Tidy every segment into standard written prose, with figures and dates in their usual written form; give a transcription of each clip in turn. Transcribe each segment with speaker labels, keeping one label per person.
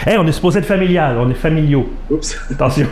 Speaker 1: Hey, on est supposé être familial, on est familiaux.
Speaker 2: Oups.
Speaker 1: Attention.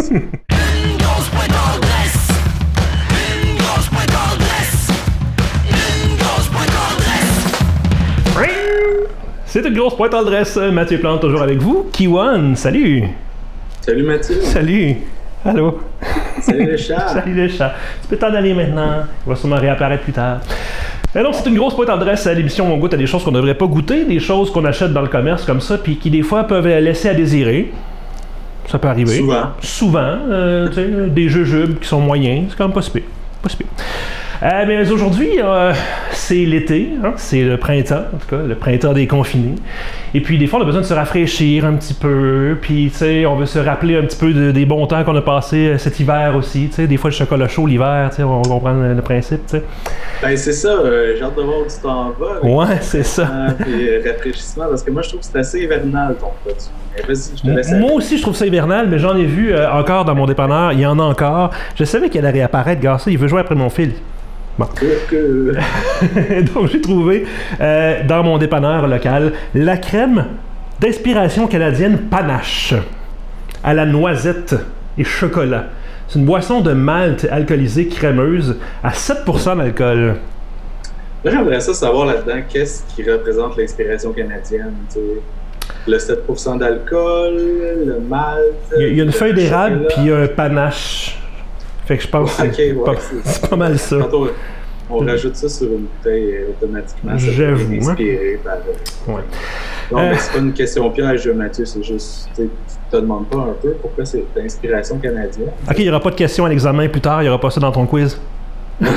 Speaker 1: C'est une grosse pointe en dresse. Mathieu Plante toujours avec vous. Kiwan, salut.
Speaker 2: Salut Mathieu.
Speaker 1: Salut. Allô.
Speaker 2: Salut le chat.
Speaker 1: Salut le chat. Tu peux t'en aller maintenant. Il va sûrement réapparaître plus tard. Mais non, c'est une grosse pointe en dresse à l'émission où on goûte à des choses qu'on ne devrait pas goûter, des choses qu'on achète dans le commerce comme ça, puis qui des fois peuvent laisser à désirer. Ça peut arriver. Souvent. Tu sais, des jujubes qui sont moyens, c'est quand même pas si pire. Pas si pire. Mais aujourd'hui, c'est l'été, hein? C'est le printemps, en tout cas, le printemps des confinés. Et puis, des fois, on a besoin de se rafraîchir un petit peu. Puis, tu sais, on veut se rappeler un petit peu des bons temps qu'on a passés cet hiver aussi. Tu sais, des fois, le chocolat chaud l'hiver, tu sais, on comprend le principe, tu sais.
Speaker 2: Ben, c'est ça, j'ai hâte de voir où tu t'en vas.
Speaker 1: Ouais, c'est ça.
Speaker 2: Puis rafraîchissement, parce que moi, je trouve que c'est assez hivernal, ton produit. Mais vas-y, je te laisse.
Speaker 1: Moi aussi, je trouve ça hivernal, mais j'en ai vu encore dans mon dépanneur. Il y en a encore. Je savais qu'elle allait réapparaître, gars, ça. Il veut jouer après mon fil. Bon. Donc, j'ai trouvé dans mon dépanneur local la crème d'inspiration canadienne Panache à la noisette et chocolat. C'est une boisson de malt alcoolisée crémeuse à 7% d'alcool.
Speaker 2: Là, j'aimerais ça savoir là-dedans qu'est-ce qui représente l'inspiration canadienne. Tu sais. Le 7% d'alcool, le malt.
Speaker 1: Il y a une feuille d'érable puis il y a un panache. Fait que je pense que c'est pas mal ça.
Speaker 2: Quand on rajoute ça sur une bouteille automatiquement, ça peut être inspiré par...
Speaker 1: Ouais.
Speaker 2: Non, mais c'est pas une question piège, Mathieu, c'est juste... Tu te demandes pas un peu pourquoi c'est l'inspiration canadienne?
Speaker 1: Ok, il n'y aura pas de questions à l'examen plus tard, il n'y aura pas ça dans ton quiz?
Speaker 2: non,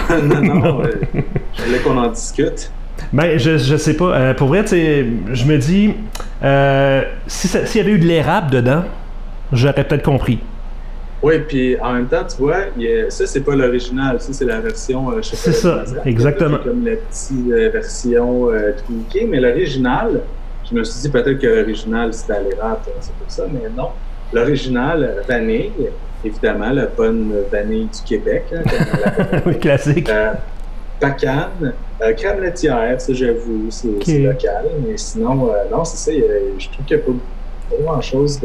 Speaker 2: je voulais qu'on en discute.
Speaker 1: Ben, je sais pas. Pour vrai, tu sais, je me dis... s'il y avait eu de l'érable dedans, j'aurais peut-être compris.
Speaker 2: Oui, puis en même temps, tu vois, ça, c'est pas l'original. Ça, c'est la version chocolat.
Speaker 1: C'est ça, exactement.
Speaker 2: C'est comme la petite version tweakée. Mais l'original, je me suis dit peut-être que l'original, c'était à l'érable, c'est pour ça. Mais non. L'original, vanille, évidemment, la bonne vanille du Québec. Hein,
Speaker 1: oui, classique.
Speaker 2: Pacane, crème laitière, ça, j'avoue, c'est local. Mais sinon, non, c'est ça. Je trouve qu'il n'y a pas grand-chose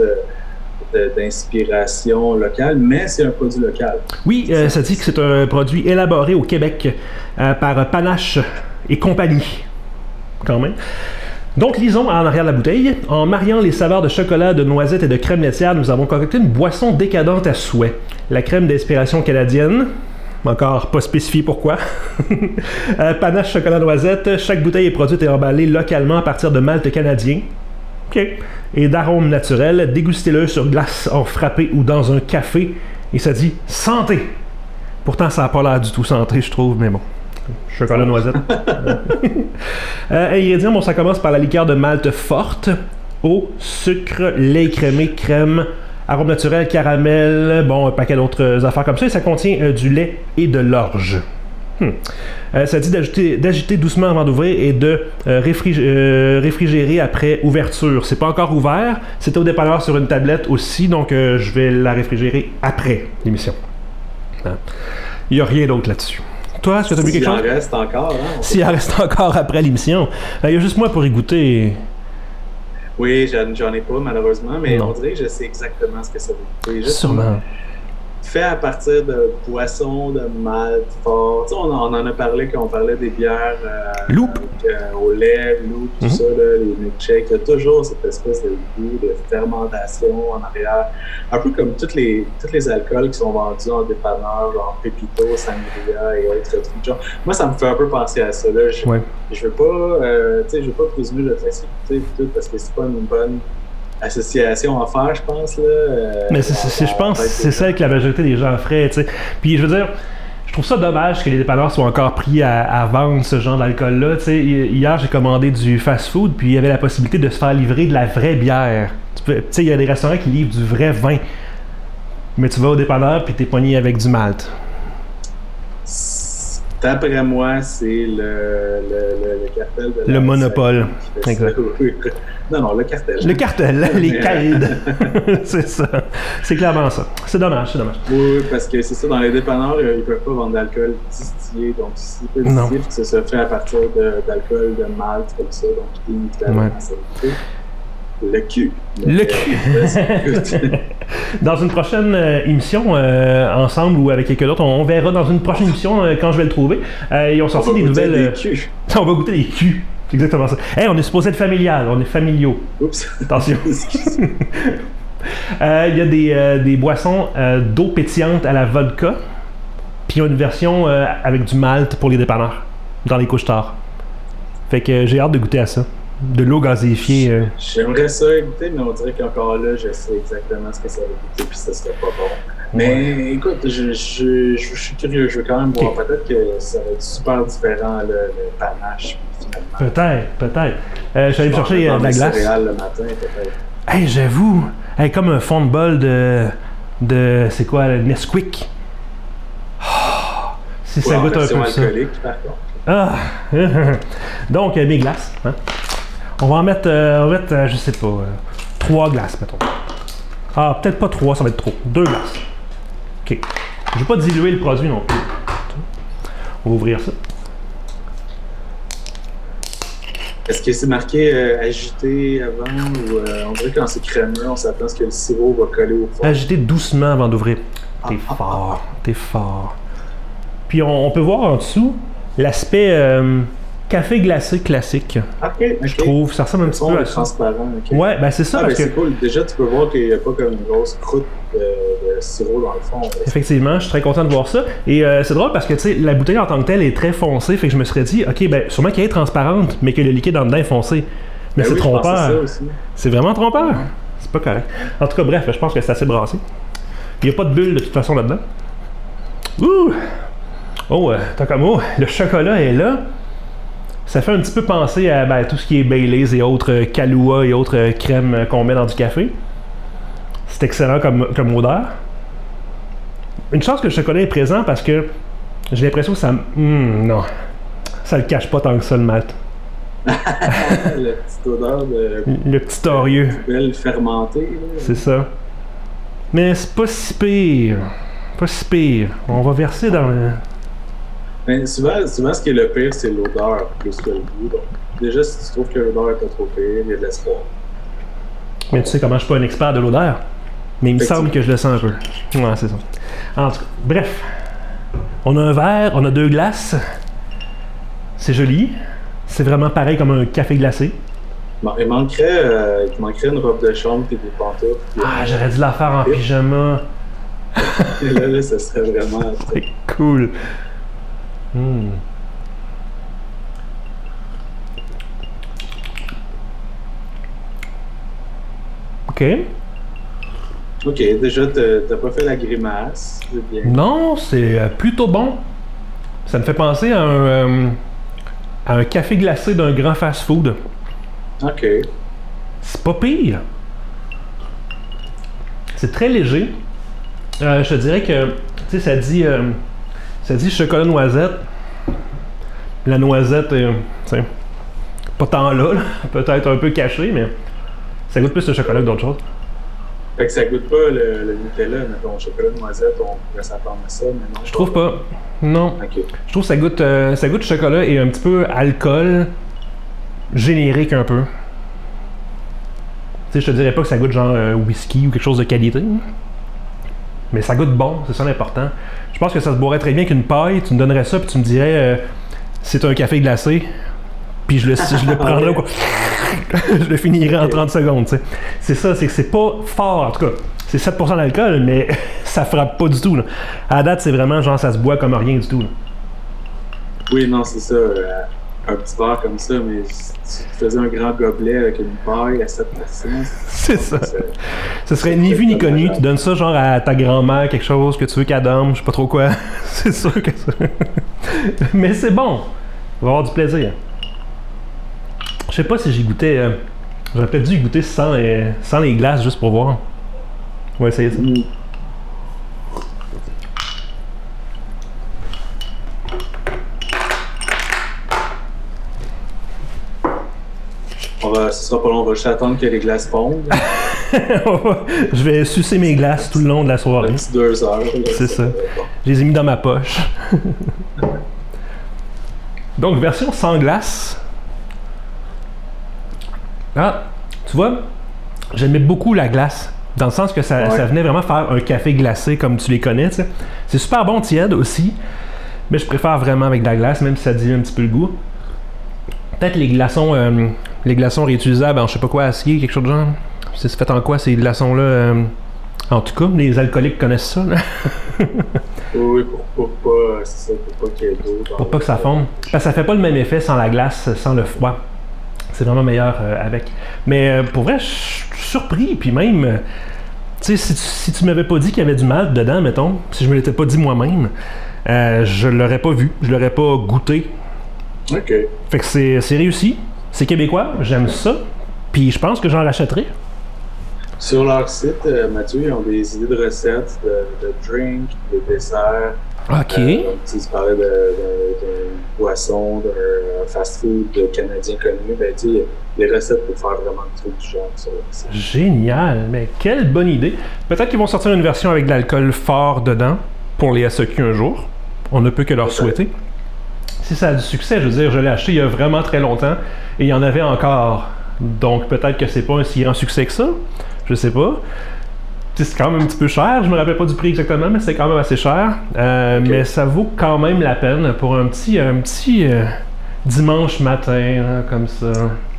Speaker 2: d'inspiration locale, mais c'est un produit local. Oui,
Speaker 1: ça dit que c'est un produit élaboré au Québec par Panache et compagnie, quand même. Donc, lisons en arrière de la bouteille. En mariant les saveurs de chocolat, de noisettes et de crème laitière, nous avons concocté une boisson décadente à souhait. La crème d'inspiration canadienne, encore pas spécifié pourquoi. Panache chocolat noisette, chaque bouteille est produite et emballée localement à partir de malt canadien. OK. Et d'arômes naturels, dégustez-le sur glace en frappé ou dans un café. Et ça dit santé. Pourtant, ça n'a pas l'air du tout santé, je trouve, mais bon. Chocolat noisette. Ingrédients, bon, ça commence par la liqueur de malt forte, eau, sucre, lait crémé, crème, arôme naturel, caramel, bon, un paquet d'autres affaires comme ça. Et ça contient du lait et de l'orge. Ça dit d'agiter doucement avant d'ouvrir et de réfrigérer après ouverture. C'est pas encore ouvert, c'était au dépanneur sur une tablette aussi, donc je vais la réfrigérer après l'émission. Il n'y a rien d'autre là-dessus. Toi, est-ce que tu as vu quelque chose?
Speaker 2: S'il en reste encore, hein?
Speaker 1: S'il en reste encore après l'émission. Il y a juste moi pour y goûter.
Speaker 2: Oui, j'en ai pas malheureusement, mais on dirait que je sais exactement ce que ça veut dire.
Speaker 1: Sûrement.
Speaker 2: Fait à partir de boissons, de malt fort. Tu sais, on en a parlé quand on parlait des bières
Speaker 1: Loop.
Speaker 2: Au lait, Loop, tout ça, là, les milkshakes. Il y a toujours cette espèce de goût de fermentation en arrière. Un peu comme tous les alcools qui sont vendus en dépanneur, genre Pepito, Sangria et autres trucs. Genre, moi, ça me fait un peu penser à ça. Là. Je veux pas présumer de facilité tout parce que c'est pas une bonne association à faire, je pense. Là,
Speaker 1: mais je pense que c'est ça que la majorité des gens feraient. T'sais. Puis je veux dire, je trouve ça dommage que les dépanneurs soient encore pris à vendre ce genre d'alcool-là. T'sais. Hier, j'ai commandé du fast-food, puis il y avait la possibilité de se faire livrer de la vraie bière. Il y a des restaurants qui livrent du vrai vin. Mais tu vas au dépanneur, puis t'es pogné avec du malt.
Speaker 2: D'après moi, c'est le cartel de
Speaker 1: le monopole. Exact.
Speaker 2: Non, le cartel.
Speaker 1: Le cartel, les caïds. C'est ça. C'est clairement ça. C'est dommage.
Speaker 2: Oui, parce que c'est ça, dans les dépanneurs, ils ne peuvent pas vendre d'alcool distillé. Donc, si c'est pas distillé, ça se fait à partir d'alcool de malt, comme ça. Donc, évidemment, ça. Le cul.
Speaker 1: Le cul. Dans une prochaine émission, ensemble ou avec quelqu'un d'autre, on verra dans une prochaine émission quand je vais le trouver. Ils ont sorti des nouvelles. On va goûter les culs. C'est exactement ça. Hey, on est supposé être familial, on est familiaux.
Speaker 2: Oups.
Speaker 1: Attention. Il y a des boissons d'eau pétillante à la vodka. Puis il y a une version avec du malt pour les dépanneurs, dans les couches-tard. Fait que j'ai hâte de goûter à ça. De l'eau gazéifiée.
Speaker 2: J'aimerais ça goûter, mais on dirait qu'encore là, je sais exactement ce que ça va goûter, puis ça serait pas bon. Mais écoute, je suis curieux, je veux quand même voir. Peut-être que ça va être super différent, le panache, finalement.
Speaker 1: Peut-être. Je suis allé me chercher de la glace.
Speaker 2: Céréales le matin, peut-être.
Speaker 1: Hey, j'avoue, hey, comme un fond de bol de c'est quoi, le Nesquik. Oh, si ça goûte un peu ça.
Speaker 2: Par contre.
Speaker 1: Ah! Donc, mes glaces. Hein? On va en mettre, je sais pas, 3 glaces, mettons. Ah, peut-être pas 3, ça va être trop. 2 glaces. OK. Je vais pas diluer le produit non plus. On va ouvrir ça.
Speaker 2: Est-ce que c'est marqué agité avant ou on dirait que quand c'est crémeux, on s'attend à ce que le sirop va coller au fond?
Speaker 1: Agiter doucement avant d'ouvrir. T'es fort. Puis on peut voir en dessous l'aspect café glacé classique.
Speaker 2: OK.
Speaker 1: Je trouve, ça ressemble un petit peu à ça.
Speaker 2: Transparent, OK.
Speaker 1: Ouais, ben c'est ça. Parce que
Speaker 2: c'est cool. Déjà, tu peux voir qu'il n'y a pas comme une grosse croûte de sirop dans le fond.
Speaker 1: Effectivement, je suis très content de voir ça. Et c'est drôle parce que, tu sais, la bouteille en tant que telle est très foncée, fait que je me serais dit, OK, ben sûrement qu'elle est transparente, mais que le liquide en dedans est foncé. Mais c'est trompeur. C'est vraiment trompeur. C'est pas correct. En tout cas, bref, je pense que c'est assez brassé. Il n'y a pas de bulle de toute façon là-dedans. Ouh! Oh, le chocolat est là. Ça fait un petit peu penser à tout ce qui est Baileys et autres Kahlua et autres crèmes qu'on met dans du café. C'est excellent comme odeur. Une chance que le chocolat est présent parce que j'ai l'impression que ça... non. Ça le cache pas tant que ça, le malt.
Speaker 2: La petite odeur de...
Speaker 1: Le petit orieux.
Speaker 2: Belle fermentée.
Speaker 1: C'est ça. Mais c'est pas si pire. Pas si pire. On va verser dans le...
Speaker 2: Mais souvent, ce qui est le pire, c'est l'odeur plus que le goût. Donc, déjà, si tu trouves que l'odeur est pas trop pire, il y a de l'espoir.
Speaker 1: Mais tu sais comment je suis pas un expert de l'odeur. Mais il me semble que je le sens un peu. Ouais, c'est ça. En tout cas, bref. On a un verre, on a 2 glaces. C'est joli. C'est vraiment pareil comme un café glacé.
Speaker 2: Bon, il manquerait une robe de chambre et des pantoufles.
Speaker 1: Ah, j'aurais dû la faire en pyjama.
Speaker 2: là, ça serait vraiment...
Speaker 1: C'est cool.
Speaker 2: OK, déjà, t'as pas fait la grimace. C'est bien.
Speaker 1: Non, c'est plutôt bon. Ça me fait penser à un café glacé d'un grand fast-food.
Speaker 2: OK.
Speaker 1: C'est pas pire. C'est très léger. Je te dirais que, tu sais, ça dit chocolat noisette. La noisette est, tu sais, pas tant là, peut-être un peu caché, mais ça goûte plus le chocolat que d'autres choses.
Speaker 2: Fait que ça goûte pas le Nutella, mettons, chocolat noisette, on pourrait s'attendre à ça, mais non.
Speaker 1: Je trouve pas. Non.
Speaker 2: Okay.
Speaker 1: Je trouve que ça goûte chocolat et un petit peu alcool générique un peu. Tu sais, je te dirais pas que ça goûte genre whisky ou quelque chose de qualité. Mais ça goûte bon, c'est ça l'important. Je pense que ça se boirait très bien qu'une paille, tu me donnerais ça puis tu me dirais c'est un café glacé, puis je le prendrais quoi. Je le finirais en 30 secondes, tu sais. C'est ça, c'est que c'est pas fort, en tout cas. C'est 7% d'alcool, mais ça frappe pas du tout, là. À la date, c'est vraiment genre ça se boit comme rien du tout, là.
Speaker 2: Oui, non, c'est ça. Un petit verre comme ça, mais si tu faisais un grand gobelet avec une paille à 7%,
Speaker 1: c'est ça. Ce serait ni vu ni connu. Tu donnes ça genre à ta grand-mère, quelque chose que tu veux qu'elle dorme, je sais pas trop quoi. C'est sûr que ça. Mais c'est bon. On va avoir du plaisir. Je sais pas si j'y goûtais. J'aurais peut-être dû y goûter sans les glaces juste pour voir. On va essayer ça.
Speaker 2: Ce sera pas long, on va juste attendre que les glaces fondent.
Speaker 1: Je vais sucer mes glaces tout le long de la soirée.
Speaker 2: Un petit 2 heures.
Speaker 1: C'est ça. Je les ai mis dans ma poche. Donc, version sans glace. Ah, tu vois, j'aimais beaucoup la glace. Dans le sens que ça venait vraiment faire un café glacé comme tu les connais, tu sais. C'est super bon tiède aussi, mais je préfère vraiment avec de la glace, même si ça dilue un petit peu le goût. Peut-être les glaçons réutilisables en je sais pas quoi, acier, quelque chose de genre. C'est fait en quoi ces glaçons-là? En tout cas, les alcooliques connaissent ça, là.
Speaker 2: Oui, pour pas qu'il y ait d'eau.
Speaker 1: Pour pas que ça fonde. Parce que ça fait pas le même effet sans la glace, sans le froid. C'est vraiment meilleur avec. Mais pour vrai, je suis surpris, puis même... tu sais, si tu m'avais pas dit qu'il y avait du malt dedans, mettons, si je me l'étais pas dit moi-même, je l'aurais pas vu, je l'aurais pas goûté.
Speaker 2: OK.
Speaker 1: Fait que c'est réussi, c'est québécois, j'aime ça, puis je pense que j'en rachèterai.
Speaker 2: Sur leur site, Mathieu, ils ont des idées de recettes, de drinks, de desserts.
Speaker 1: OK.
Speaker 2: Donc, tu parlais d'une boisson, d'un fast-food canadien connu, ben, tu sais, les recettes pour faire vraiment des trucs du genre sur leur site.
Speaker 1: Génial, mais quelle bonne idée. Peut-être qu'ils vont sortir une version avec de l'alcool fort dedans pour les SEQ un jour. On ne peut que leur souhaiter. Si ça a du succès, je veux dire, je l'ai acheté il y a vraiment très longtemps et il y en avait encore. Donc peut-être que c'est pas un si grand succès que ça. Je sais pas. C'est quand même un petit peu cher. Je me rappelle pas du prix exactement, mais c'est quand même assez cher. Okay. Mais ça vaut quand même la peine pour un petit dimanche matin, hein, comme ça.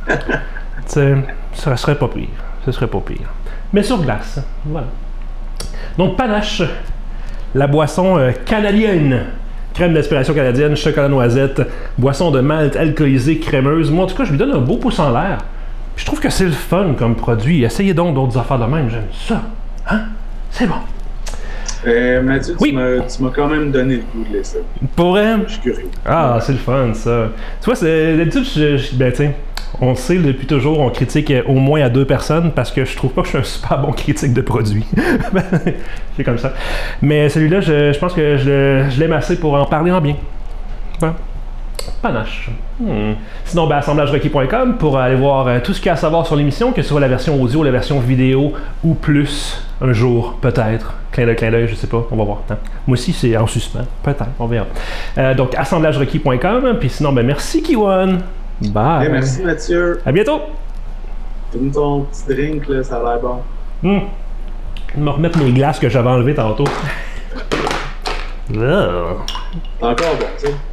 Speaker 1: Ça serait pas pire. Ce serait pas pire. Mais sur glace. Voilà. Donc Panache, la boisson canadienne. Crème d'inspiration canadienne, chocolat noisette, boisson de malt alcoolisée crémeuse. Moi, en tout cas, je lui donne un beau pouce en l'air. Puis je trouve que c'est le fun comme produit. Essayez donc d'autres affaires de même. J'aime ça. Hein? C'est bon.
Speaker 2: Mathieu, oui. Tu m'as quand même donné le goût de l'essayer.
Speaker 1: Pour vrai?
Speaker 2: Je suis curieux.
Speaker 1: Ah, c'est le fun, ça. Tu vois, d'habitude, ben, tu sais, on le sait depuis toujours, on critique au moins à 2 personnes parce que je trouve pas que je suis un super bon critique de produits. C'est comme ça. Mais celui-là, je pense que je l'aime assez pour en parler en bien. Voilà. Panache. Sinon, assemblagerequis.com pour aller voir tout ce qu'il y a à savoir sur l'émission, que ce soit la version audio, la version vidéo ou plus un jour, peut-être. Clin d'œil, je sais pas, on va voir. Hein? Moi aussi, c'est en suspens. Peut-être, on verra. Donc, assemblagerequis.com. Puis sinon, merci Kiwan. Bye.
Speaker 2: Hey, merci Mathieu.
Speaker 1: À bientôt.
Speaker 2: Donne ton petit drink, là, ça a l'air bon.
Speaker 1: Je vais me remettre mes glaces que j'avais enlevées tantôt.
Speaker 2: Encore bon, tu sais.